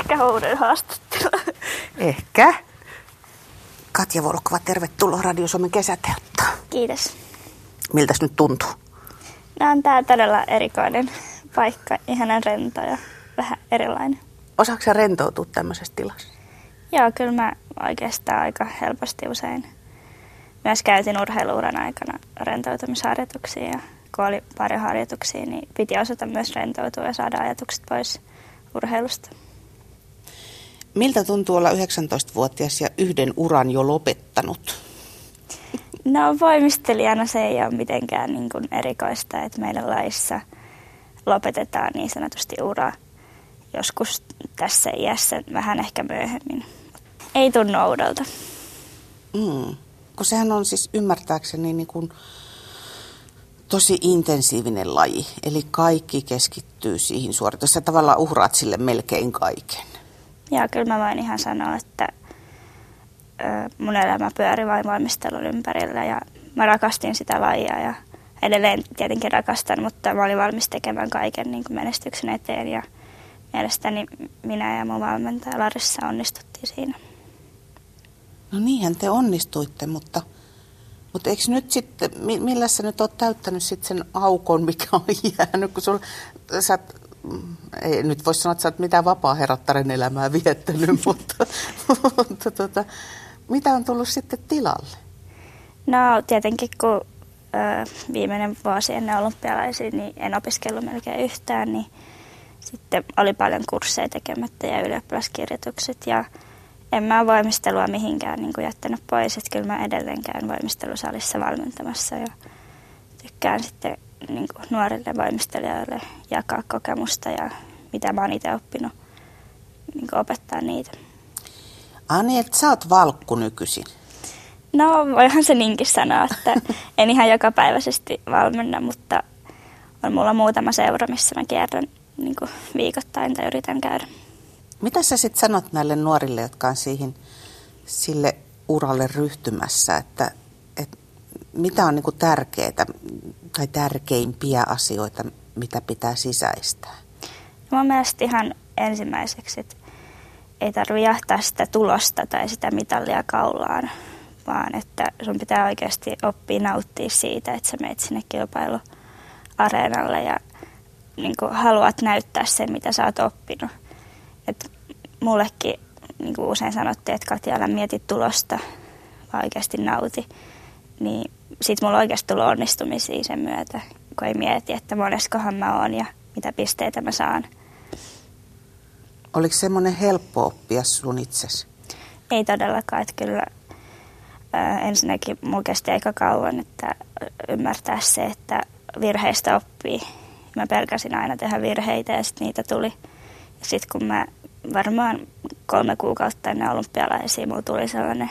Ehkä uuden haastattelu. Ehkä. Katja Volkova, tervetuloa Radio Suomen kesäteattaan. Kiitos. Miltäs nyt tuntuu? No on tää todella erikoinen paikka, ihanan rento ja vähän erilainen. Osaatko sä rentoutua tämmöisessä tilassa? Joo, kyllä mä oikeastaan aika helposti usein myös käytin urheiluuran aikana rentoutumisharjoituksia. Ja kun oli paljon harjoituksia, niin piti osata myös rentoutua ja saada ajatukset pois urheilusta. Miltä tuntuu olla 19-vuotias ja yhden uran jo lopettanut? No voimistelijana se ei ole mitenkään niin kuin erikoista, että meidän laissa lopetetaan niin sanotusti ura joskus tässä iässä vähän ehkä myöhemmin. Ei tunnu oudolta. Kun sehän on siis ymmärtääkseni niin kuin tosi intensiivinen laji, eli kaikki keskittyy siihen suoritukseen. Sä tavallaan uhraat sille melkein kaiken. Joo, kyllä mä voin ihan sanoa, että mun elämä pyöri vain valmistelun ympärillä ja mä rakastin sitä lajia ja edelleen tietenkin rakastan, mutta mä olin valmis tekemään kaiken niin kuin menestyksen eteen ja mielestäni minä ja mun valmentaja Larissa onnistuttiin siinä. No niinhän te onnistuitte, mutta eikö nyt sitten, millä sä nyt oot täyttänyt sitten sen aukon, mikä on jäänyt, kun sä ei nyt voi sanoa, että sä oot mitään vapaa-herrattaren elämää viettänyt, mutta mitä on tullut sitten tilalle? No tietenkin kun viimeinen vuosi ennen olympialaisia, niin en opiskellut melkein yhtään, niin sitten oli paljon kursseja tekemättä ja ylioppilaskirjoitukset ja en mä voimistelua mihinkään niin kuin jättänyt pois, että kyllä mä edelleen käyn voimistelusalissa valmentamassa ja tykkään sitten niin kuin nuorille voimistelijoille jakaa kokemusta ja mitä mä oon itse oppinut, niin kuin opettaa niitä. Ani, että sä oot valkku nykyisin. No voihan se niinkin sanoa, että en ihan jokapäiväisesti valmenna, mutta on mulla muutama seura, missä mä kierrän niin kuin viikoittain tai yritän käydä. Mitä sä sitten sanot näille nuorille, jotka on sille uralle ryhtymässä, että mitä on niinku tärkeää tai tärkeimpiä asioita, mitä pitää sisäistää? No, mun mielestä ihan ensimmäiseksi, että ei tarvitse jahtaa sitä tulosta tai sitä mitallia kaulaan, vaan että sun pitää oikeasti oppia nauttia siitä, että sä menet sinne kilpailuareenalle ja niin kuin haluat näyttää sen, mitä sä oot oppinut. Et mullekin niin kuin usein sanottiin, että Katja, älä mieti tulosta, vaan oikeasti nauti. Niin sit mulla oikeasti tullut onnistumisia sen myötä, kun ei mieti, että moneskohan mä oon ja mitä pisteitä mä saan. Oliko semmoinen helppo oppia sun itsesi? Ei todellakaan, että kyllä ensinnäkin mulla kesti aika kauan, että ymmärtää se, että virheistä oppii. Mä pelkäsin aina tehdä virheitä ja sitten niitä tuli. Ja sitten kun mä varmaan 3 kuukautta ennen olympialaisia mulla tuli sellainen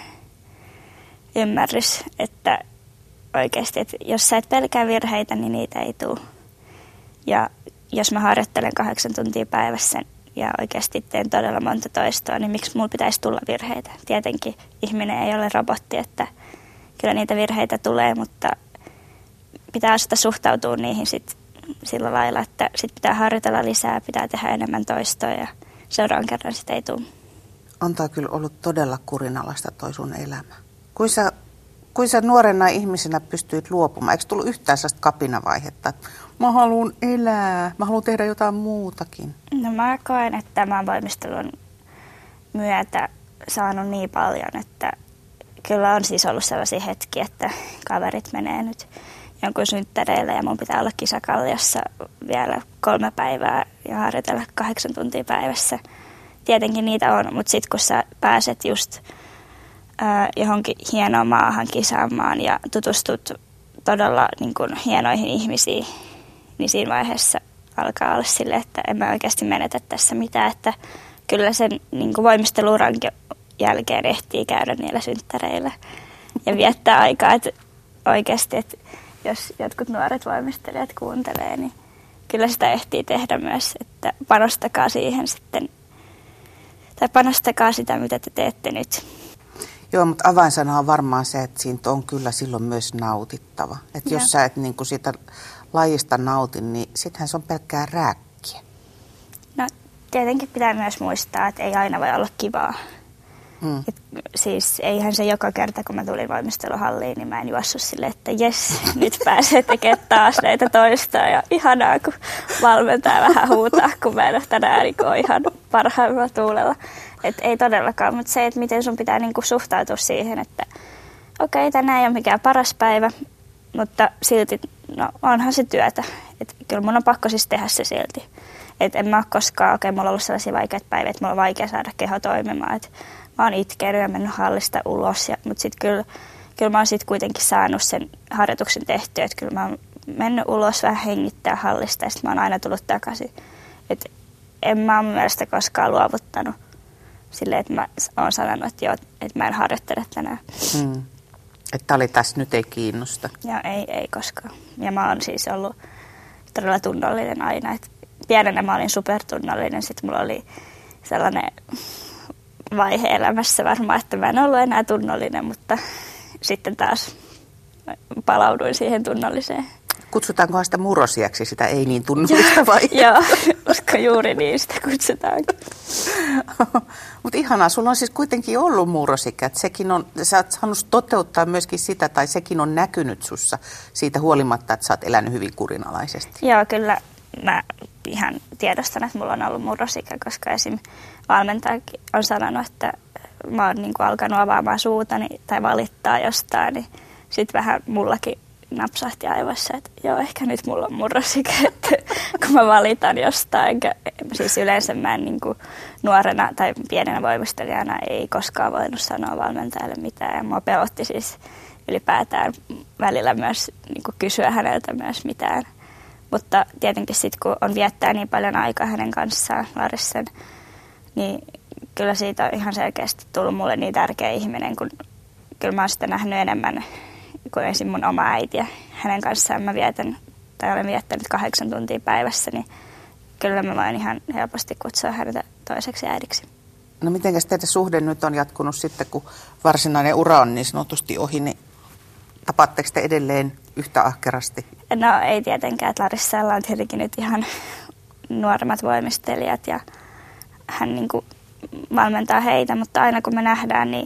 ymmärrys, että oikeasti, että jos sä et pelkää virheitä, niin niitä ei tule. Ja jos mä harjoittelen 8 tuntia päivässä ja oikeasti teen todella monta toistoa, niin miksi mulla pitäisi tulla virheitä? Tietenkin ihminen ei ole robotti, että kyllä niitä virheitä tulee, mutta pitää osata suhtautua niihin sit sillä lailla, että sit pitää harjoitella lisää, pitää tehdä enemmän toistoa ja seuraavan kerran sitä ei tule. On tää kyllä ollut todella kurinalaista toi sun elämä. Kuin sä nuorena ihmisenä pystyit luopumaan? Eikö tullut yhtään sellaista kapinavaihetta, että mä haluan elää, mä haluan tehdä jotain muutakin? No mä koen, että tämän voimistelun myötä saanut niin paljon, että kyllä on siis ollut sellaisia hetkiä, että kaverit menee nyt jonkun synttäreillä ja mun pitää olla kisakalliossa vielä 3 päivää ja harjoitella 8 tuntia päivässä. Tietenkin niitä on, mutta sitten kun sä pääset just johonkin hienoon maahan kisaamaan ja tutustut todella niin kuin hienoihin ihmisiin, niin siinä vaiheessa alkaa olla silleen, että en mä oikeasti menetä tässä mitään, että kyllä sen niin kuin voimisteluuran jälkeen ehtii käydä niillä synttäreillä ja viettää aikaa, että oikeasti, että jos jotkut nuoret voimistelijat kuuntelee, niin kyllä sitä ehtii tehdä myös, että panostakaa siihen sitten, tai panostakaa sitä, mitä te teette nyt. Joo, mutta avainsana on varmaan se, että siitä on kyllä silloin myös nautittava. Että jos sä et niin kuin siitä lajista nauti, niin sittenhän se on pelkkää rääkkiä. No tietenkin pitää myös muistaa, että ei aina voi olla kivaa. Siis eihän se joka kerta, kun mä tulin voimisteluhalliin, niin mä en juossut silleen, että jes, nyt pääsee tekemään taas näitä toistaan. Ja ihanaa, kun valmentaa vähän huutaa, kun mä en ole tänään ole ihan parhaimmalla tuulella. Että ei todellakaan, mutta se, että miten sun pitää niinku suhtautua siihen, että okei, tänään ei ole mikään paras päivä, mutta silti, no onhan se työtä. Että kyllä mun on pakko siis tehdä se silti. Että en mä ole koskaan, mulla on ollut sellaisia vaikeita päiviä, että mulla on vaikea saada keho toimimaan. Et mä oon itkenyt ja mennyt hallista ulos, mutta sitten kyllä mä oon sit kuitenkin saanut sen harjoituksen tehtyä. Että kyllä mä oon mennyt ulos vähän hengittää hallista ja sitten mä oon aina tullut takaisin. Että en mä oon mun mielestä koskaan luovuttanut silleen, että mä oon sanonut, että joo, että mä en harjoittele tänään. Että oli tässä nyt ei kiinnosta. Ja ei koskaan. Ja mä oon siis ollut todella tunnollinen aina. Et pienenä mä olin supertunnollinen, sitten mulla oli sellainen vaihe elämässä varmaan, että mä en ollut enää tunnollinen, mutta sitten taas palauduin siihen tunnolliseen. Kutsutaankohan sitä murrosiaksi, sitä ei niin tunnollista vai? Joo, koska juuri niin sitä kutsutaankin. Mutta ihanaa, sulla on siis kuitenkin ollut murrosikä, että sä oot saanut toteuttaa myöskin sitä, tai sekin on näkynyt sussa siitä huolimatta, että sä oot elänyt hyvin kurinalaisesti. Joo, kyllä mä ihan tiedostan, että mulla on ollut murrosikä, koska esim. Valmentajakin on sanonut, että mä oon niinku alkanut avaamaan suutani tai valittaa jostain, niin sit vähän mullakin napsahti aivoissa, että joo, ehkä nyt mulla on murrosikä, että kun mä valitan jostain. Siis yleensä mä en niinku nuorena tai pienenä voimistelijana ei koskaan voinut sanoa valmentajalle mitään. Ja mua pelotti siis ylipäätään välillä myös niinku kysyä häneltä myös mitään. Mutta tietenkin sitten, kun on viettää niin paljon aikaa hänen kanssaan, Larissen, niin kyllä siitä on ihan selkeästi tullut mulle niin tärkeä ihminen, kun kyllä mä oon sitä nähnyt enemmän kuin esim. Mun oma äiti. Ja hänen kanssaan mä olen viettänyt 8 tuntia päivässä, niin kyllä mä voin ihan helposti kutsua häntä toiseksi äidiksi. No mitenkäs teidän suhde nyt on jatkunut sitten, kun varsinainen ura on niin sanotusti ohi, niin tapaatteko te edelleen yhtä ahkerasti? No ei tietenkään, että Larissalla on tietenkin nyt ihan nuoremmat voimistelijat ja hän niin kuin valmentaa heitä, mutta aina kun me nähdään, niin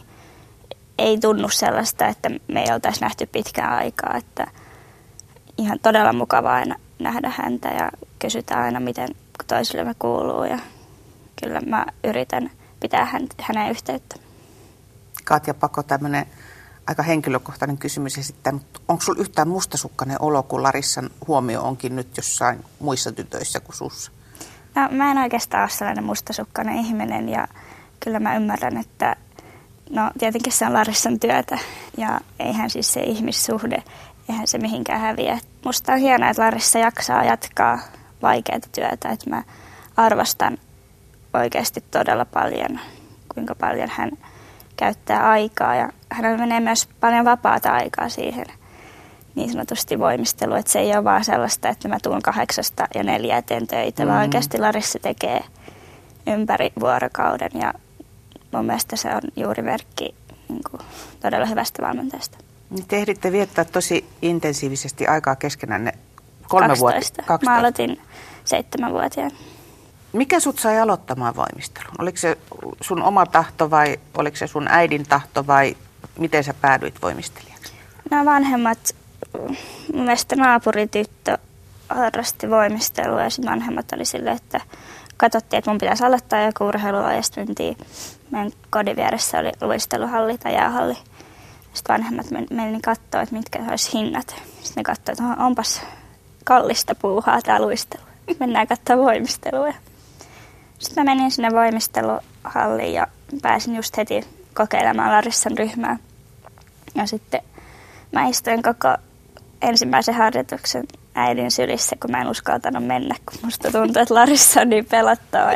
ei tunnu sellaista, että me ei oltaisi nähty pitkään aikaa, että ihan todella mukavaa aina nähdä häntä ja kysytään aina, miten toisillemme kuuluu ja kyllä mä yritän pitää hänen yhteyttä. Katja, pakko tämmöinen aika henkilökohtainen kysymys esittää, mutta onko sulla yhtään mustasukkainen olo, kun Larissan huomio onkin nyt jossain muissa tytöissä kuin sussa? No, mä en oikeastaan ole sellainen mustasukkainen ihminen ja kyllä mä ymmärrän, että no tietenkin se on Larissan työtä ja eihän siis se ihmissuhde, eihän se mihinkään häviä. Musta on hienoa, että Larissa jaksaa jatkaa vaikeaa työtä, että mä arvostan oikeasti todella paljon, kuinka paljon hän käyttää aikaa ja hänellä menee myös paljon vapaata aikaa siihen niin sanotusti voimisteluun, että se ei ole vaan sellaista, että mä tuun 8–4 ja teen töitä, vaan oikeasti Larissa tekee ympäri vuorokauden ja mun mielestä se on juuri merkki niin kuin todella hyvästä valmentajasta. Te ehditte viettää tosi intensiivisesti aikaa keskenään 3 vuotta. 12. Mä aloitin 7-vuotiaana. Mikä sut sai aloittamaan voimistelun? Oliko se sun oma tahto vai oliko se sun äidin tahto vai miten sä päädyit voimistelijaksi? No vanhemmat, mun mielestä naapurityttö harrasti voimistelua ja sitten vanhemmat oli silleen, että katsottiin, että mun pitäisi aloittaa joku urheilua ja sitten mentiin, meidän kodin vieressä oli luisteluhalli tai jäähalli. Sitten vanhemmat meni katsoa, että mitkä olisi hinnat. Sitten ne katsoi, että onpas kallista puuhaa tää luistelu. Mennään katsomaan voimistelua. Sitten mä menin sinne voimisteluhalliin ja pääsin just heti kokeilemaan Larissan ryhmää. Ja sitten mä istuin koko ensimmäisen harjoituksen äidin sylissä, kun mä en uskaltanut mennä, kun musta tuntui, että Larissa on niin pelottava.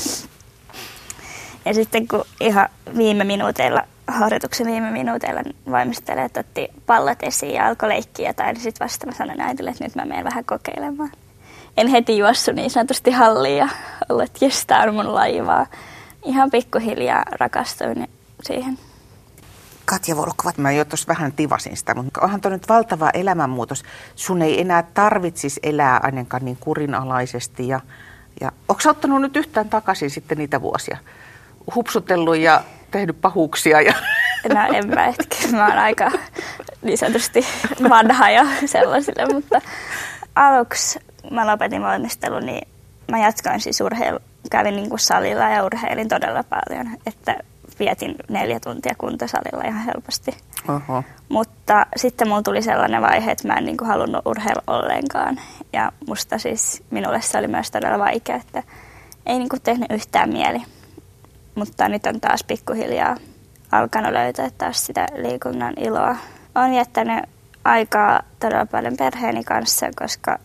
Ja sitten kun ihan harjoituksen viime minuuteilla voimistelijat otti pallot esiin ja alkoi leikkiä jotain, niin sitten vasta mä sanoin äidille, että nyt mä menen vähän kokeilemaan. En heti juossut niin sanotusti halliin ja ollut, että jes, tää on mun laji, vaan ihan pikkuhiljaa rakastuin siihen. Katja Volkova, mä jo tuossa vähän tivasin sitä, mutta onhan tuo nyt valtava elämänmuutos. Sun ei enää tarvitsisi elää ainakaan niin kurinalaisesti ja Ja onko sä ottanut nyt yhtään takaisin sitten niitä vuosia? Hupsutellut ja tehnyt pahuuksia? Ja... No en mä hetken. Mä oon aika niin sanotusti vanha jo sellaisille, mutta aluksi mä lopetin valmistelun, niin mä jatkoin siis kävin niin kuin salilla ja urheilin todella paljon, että vietin 4 tuntia kuntosalilla ihan helposti. Oho. Mutta sitten mulla tuli sellainen vaihe, että mä en niin kuin halunnut urheilla ollenkaan. Ja musta siis minulle se oli myös todella vaikea, että ei niin kuin tehnyt yhtään mieli. Mutta nyt on taas pikkuhiljaa alkanut löytää taas sitä liikunnan iloa. Olen viettänyt aikaa todella paljon perheeni kanssa, koska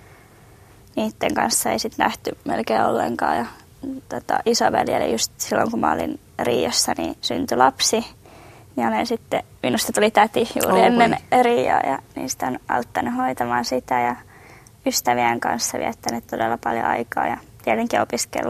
niiden kanssa ei sitten nähty melkein ollenkaan. Ja isoveljelle just silloin, kun mä olin Riossa, niin syntyi lapsi. Ja minusta tuli täti juuri ennen Riaa ja niistä on auttanut hoitamaan sitä. Ja ystävien kanssa viettänyt todella paljon aikaa ja tietenkin opiskelu.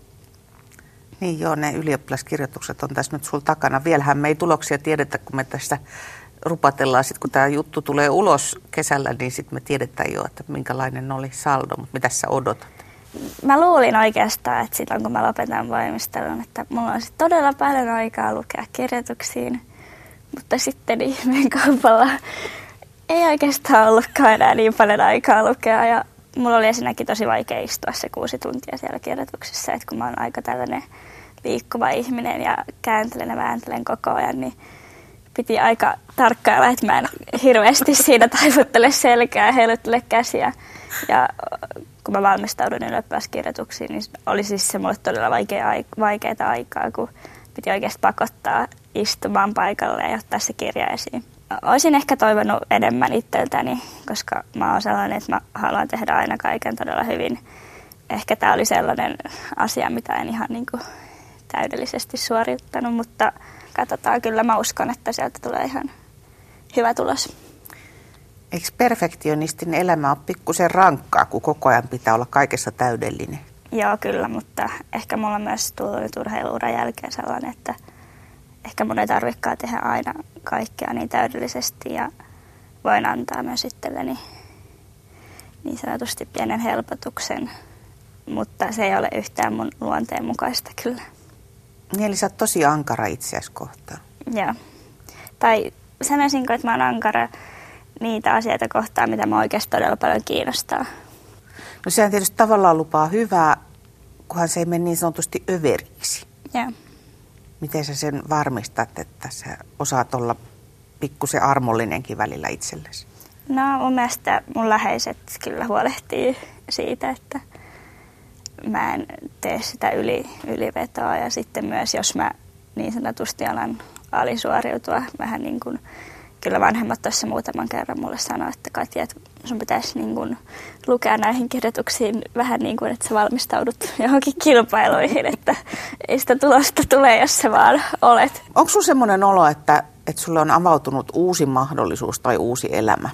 Niin joo, ne ylioppilaskirjoitukset on tässä nyt sulla takana. Vielähän me ei tuloksia tiedetä, kun me tässä rupatellaan. Sitten kun tämä juttu tulee ulos kesällä, niin sitten me tiedetään jo, että minkälainen oli saldo. Mutta mitä sä odotat? Mä luulin oikeastaan, että silloin kun mä lopetan valmistelun, että mulla on sit todella paljon aikaa lukea kirjoituksiin. Mutta sitten ihmeen kaupalla ei oikeastaan ollutkaan enää niin paljon aikaa lukea. Ja mulla oli ensinnäkin tosi vaikea istua se 6 tuntia siellä kirjoituksessa, että kun mä oon aika tällainen liikkuva ihminen ja kääntelen ja vääntelen koko ajan, niin piti aika tarkkailla, että mä en hirveästi siinä taivuttele selkää ja heiluttele käsiä. Ja kun mä valmistaudun ylioppilaskirjoituksiin, niin oli siis se mulle todella vaikeaa aikaa, kun piti oikeasti pakottaa istumaan paikalle ja ottaa se kirja esiin. Olisin ehkä toivonut enemmän itseltäni, koska mä oon sellainen, että mä haluan tehdä aina kaiken todella hyvin. Ehkä tää oli sellainen asia, mitä en ihan niin kuin täydellisesti suorittanut, mutta katsotaan, kyllä mä uskon, että sieltä tulee ihan hyvä tulos. Eikö perfektionistin elämä ole pikkusen rankkaa, kun koko ajan pitää olla kaikessa täydellinen? Joo, kyllä, mutta ehkä mulla on myös tullut urheiluuran jälkeen sellainen, että ehkä mun ei tarvitsekaan tehdä aina kaikkea niin täydellisesti ja voin antaa myös itselleni niin sanotusti pienen helpotuksen, mutta se ei ole yhtään mun luonteen mukaista kyllä. Niin, eli sä oot tosi ankara itseäsi kohtaan. Joo. Tai sanoisinko, että mä oon ankara niitä asioita kohtaan, mitä mä oikeasti todella paljon kiinnostaa. No sehän tietysti tavallaan lupaa hyvää, kunhan se ei mene niin sanotusti överiksi. Joo. Miten sä sen varmistat, että sä osaat olla pikkusen armollinenkin välillä itsellesi? No mun mielestä mun läheiset kyllä huolehtii siitä, että mä en tee sitä ylivetoa. Ja sitten myös jos mä niin sanotusti alan alisuoriutua vähän niin kuin kyllä vanhemmat tuossa muutaman kerran mulle sanoi, että Katja, että sun pitäisi niin kuin lukea näihin kirjoituksiin vähän niin kuin, että sä valmistaudut johonkin kilpailuihin, että ei sitä tulosta tule, jos sä vaan olet. Onko sun semmoinen olo, että sulle on avautunut uusi mahdollisuus tai uusi elämä?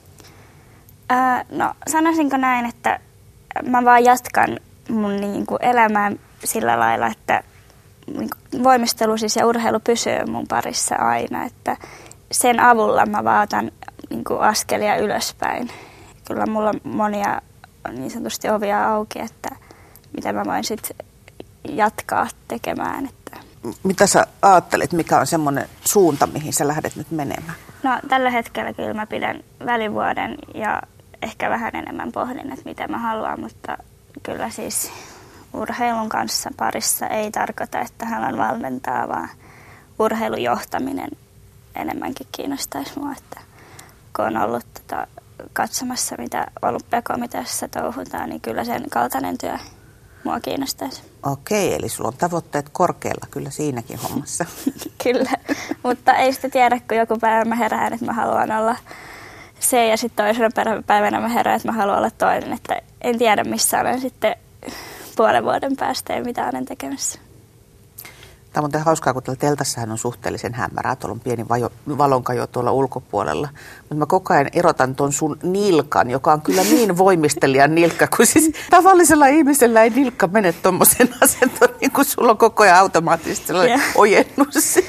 No sanoisinko näin, että mä vaan jatkan mun niin kuin elämää sillä lailla, että voimistelu siis ja urheilu pysyy mun parissa aina, että sen avulla mä vaatan niin kuin askelia ylöspäin. Kyllä mulla on monia niin sanotusti ovia auki, että mitä mä voin sitten jatkaa tekemään. Että. Mitä sä ajattelet, mikä on semmoinen suunta, mihin sä lähdet nyt menemään? No tällä hetkellä kyllä mä pidän välivuoden ja ehkä vähän enemmän pohdin, että mitä mä haluan, mutta kyllä siis urheilun kanssa parissa ei tarkoita, että haluan valmentaa, vaan urheilujohtaminen enemmänkin kiinnostaisi mua, että kun on ollut katsomassa, mitä olympiakomiteassa touhutaan, niin kyllä sen kaltainen työ mua kiinnostaisi. Okei, eli sulla on tavoitteet korkealla kyllä siinäkin hommassa. Kyllä, mutta ei sitä tiedä, kun joku päivä mä herään, että mä haluan olla se ja sitten toisena päivänä mä herään, että mä haluan olla toinen, että en tiedä missä olen sitten puolen vuoden päästä ja mitä olen tekemässä. Tämä on muuten hauskaa, kun täällä teltassahan on suhteellisen hämärää. Tuolla on pieni valonkajo tuolla ulkopuolella. Mutta mä koko ajan erotan tuon sun nilkan, joka on kyllä niin voimistelijan nilkka, kun siis tavallisella ihmisellä ei nilkka mene tuommoisen asentoon, niin kuin sulla on koko ajan automaattisesti sellainen ojennus siinä.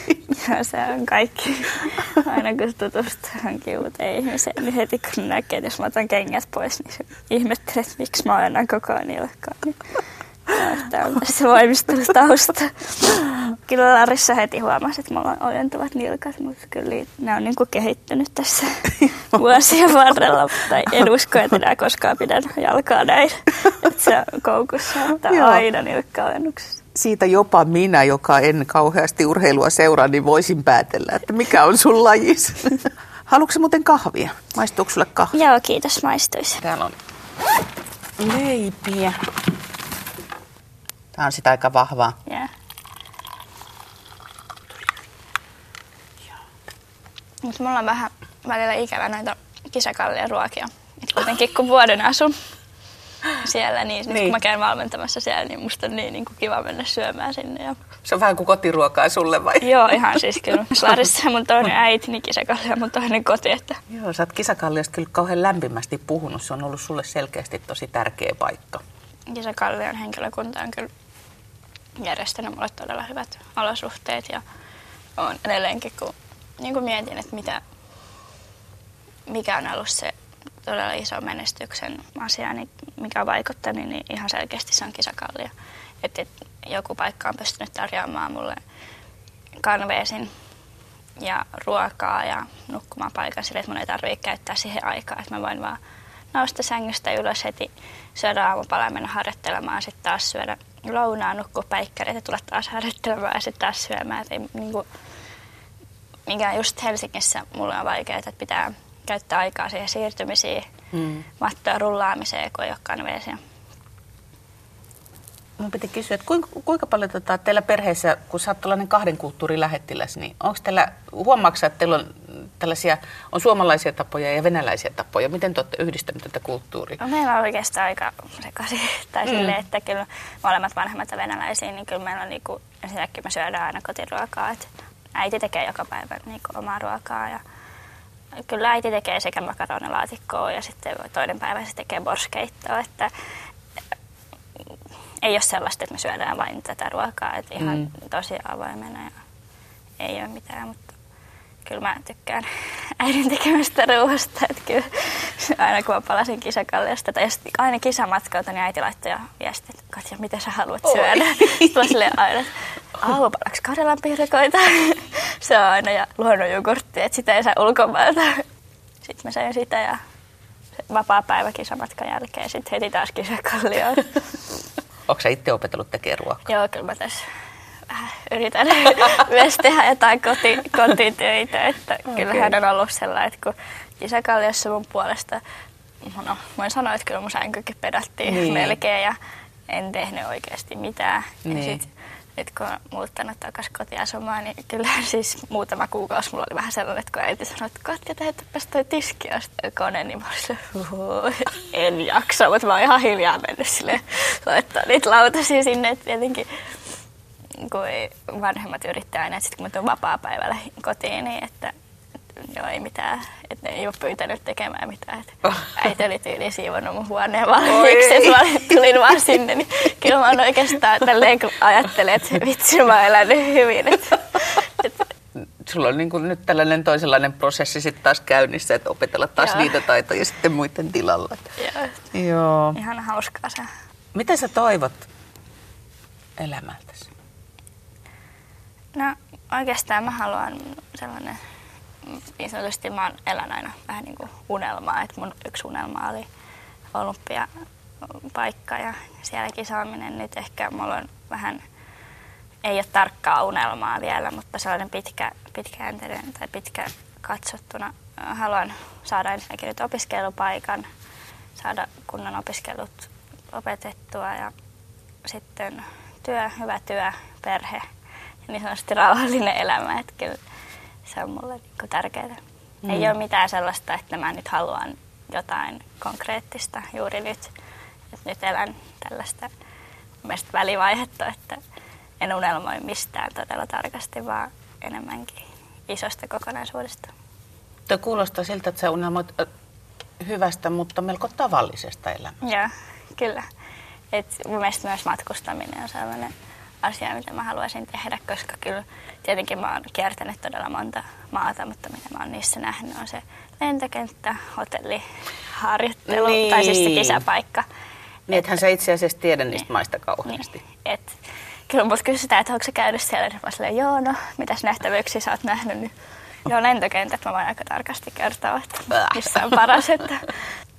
Se on kaikki. Aina kun tutustuu johonkin uuteen ihmiseen, niin heti kun näkee, että jos mä otan kengät pois, niin se ihmettelee, että miksi mä oon enää koko ajan nilkkaan. Niin tämä on tässä voimistelutausta. Kyllä Larissa heti huomasi, että mulla on ojentuvat nilkat, mutta kyllä ne on niin kuin kehittynyt tässä vuosien varrella. Mutta en usko, että enää koskaan pidän jalkaa näin. Että se on koukussa, että aina nilkkaojennuksessa. Siitä jopa minä, joka en kauheasti urheilua seuraa, niin voisin päätellä, että mikä on sun lajis. Haluatko muuten kahvia? Maistuuko sulle kahvia? Joo, kiitos, maistuisi. Täällä on leipiä. Tää on sitä aika vahvaa. Yeah. Mutta mulla on vähän välillä ikävä noita kisakallien ruokia. Et kuitenkin kun vuoden asun siellä, niin nyt kun mä käyn valmentamassa siellä, niin musta on niin kuin kiva mennä syömään sinne. Ja... Se on vähän kuin kotiruokaa sulle vai? Joo, ihan siis kyllä. Larissa mun toinen äiti, niin kisakallia mun toinen koti. Että... Joo, sä oot kisakalliasta kyllä kauhean lämpimästi puhunut. Se on ollut sulle selkeästi tosi tärkeä paikka. Kisakallion henkilökunta on kyllä järjestänyt mulle todella hyvät olosuhteet ja on edelleenkin, kun niin mietin, että mikä on ollut se todella iso menestyksen asia, niin mikä on vaikuttanut, niin ihan selkeästi se on kisakallio. Että joku paikka on pystynyt tarjoamaan mulle kanveesin ja ruokaa ja nukkumaan paikan sille, että mun ei tarvitse käyttää siihen aikaa, että mä voin vaan nousta sängystä ylös heti, syödä aamupalaa ja mennä harjoittelemaan, sitten taas syödä lounaa, nukkua päikkäreitä ja tulla taas harjoittelemaan ja sitten taas syömään. Et ei, mikä just Helsingissä mulle on vaikeaa, että pitää käyttää aikaa siihen siirtymisiin, mattoa rullaamiseen, kun ei ole kanveesia. Mun piti kysyä, että kuinka paljon teillä perheessä, kun sä oot tällainen kahden kulttuurin lähettiläs, niin onko teillä, huomaatko että teillä on tällaisia, on suomalaisia tapoja ja venäläisiä tapoja? Miten te olette yhdistäneet tätä kulttuuria? No, meillä on oikeastaan aika sekaisin. Tai silleen, että kyllä molemmat vanhemmat ja venäläisiä, niin kyllä meillä on niinku, ensinnäkin me syödään aina kotiruokaa. Että äiti tekee joka päivä niinku omaa ruokaa ja kyllä äiti tekee sekä makaronilaatikkoa ja sitten toinen päivä se tekee borskeittoa, että ei ole sellaista, että me syödään vain tätä ruokaa, että ihan tosi avoimena ja ei ole mitään, mutta kyllä mä tykkään äidin tekemästä ruoasta, että kyllä aina kun mä palasin kisakalliasta tai aina kisamatkalta, niin äiti laittoi jo viestiä, että Katja, mitä sä haluat syödä? Sitten mä silleen aina, että palaks Karjalan piirakoita? Se on aina ja luonnonjogurtti, että sitä ei saa ulkomailta. Sitten mä sain sitä ja vapaa päivä kisamatkan jälkeen sitten heti taas kisakallioon. Onko sä itse opetellut tekemään ruokaa? Joo, kyllä mä tässä vähän yritän myös tehdä jotain kotitöitä. Että kyllähän on ollut sellainen, että kun kisakalliossa mun puolesta, no voin sanoa, että kyllä mun sänkykin pedattiin melkein ja en tehnyt oikeasti mitään. Ja sit, nyt kun olen muuttanut takaisin kotiasumaan, niin kyllähän siis muutama kuukausi mulla oli vähän sellainen, että kun äiti sanoi, että Katja, tehdäpäs toi tiski ja sitten kone, niin mä olin en jaksa, mutta mä oon ihan hiljaa mennyt silleen laittaa niitä lautasia sinne, että tietenkin kun vanhemmat yrittää aina, että sitten kun mä tuun vapaa-päivällä kotiin, niin että joo, ei mitään, että ne ei ole pyytänyt tekemään mitään. Että äiti oli tyyliin siivonnut mun huoneen valmiiksi, että mä tulin vaan sinne, niin kyllä mä oon oikeastaan tälleen kun ajattelen, että vitsi mä oon elänyt hyvin. Sulla on niin kuin nyt tällainen toisenlainen prosessi sitten taas käynnissä, että opetella taas niitä taitoja sitten muiden tilalla. Joo. Ihan hauskaa se. Mitä sä toivot elämältäsi? No oikeastaan mä haluan sellainen, niin sanotusti mä elän aina vähän niin kuin unelmaa, että mun yksi unelma oli olympiapaikka ja siellä kisaaminen. Nyt ehkä mulla on vähän, ei ole tarkkaa unelmaa vielä, mutta sellainen pitkäjänteinen tai pitkä katsottuna. Haluan saada ensinnäkin nyt opiskelupaikan, saada kunnon opiskelut opetettua ja sitten hyvä työ, perhe ja niin sanotusti rauhallinen elämä. Että kyllä se on mulle niin tärkeää. Ei ole mitään sellaista, että mä nyt haluan jotain konkreettista juuri nyt. Että nyt elän tällaista mielestäni välivaihetta, että en unelmoi mistään todella tarkasti, vaan enemmänkin isosta kokonaisuudesta. Tuo kuulostaa siltä, että sä unelmoit hyvästä, mutta melko tavallisesta elämästä. Joo, kyllä. Et mun mielestä myös matkustaminen on sellainen asia, mitä mä haluaisin tehdä, koska kyllä tietenkin mä oon kiertänyt todella monta maata, mutta mitä mä oon niissä nähnyt on se lentokenttä, hotelli, harjoittelu tai siis se kisapaikka. Niin, ethän sä itse asiassa tiedä niistä maista kauheasti. Niin, kyllä mut kysytään, että onko sä käynyt siellä, niin mä silleen, joo, no, mitäs nähtävyyksiä sä oot nähnyt, niin joo, lentokentät mä voin aika tarkasti kertoa, että missä on paras. Että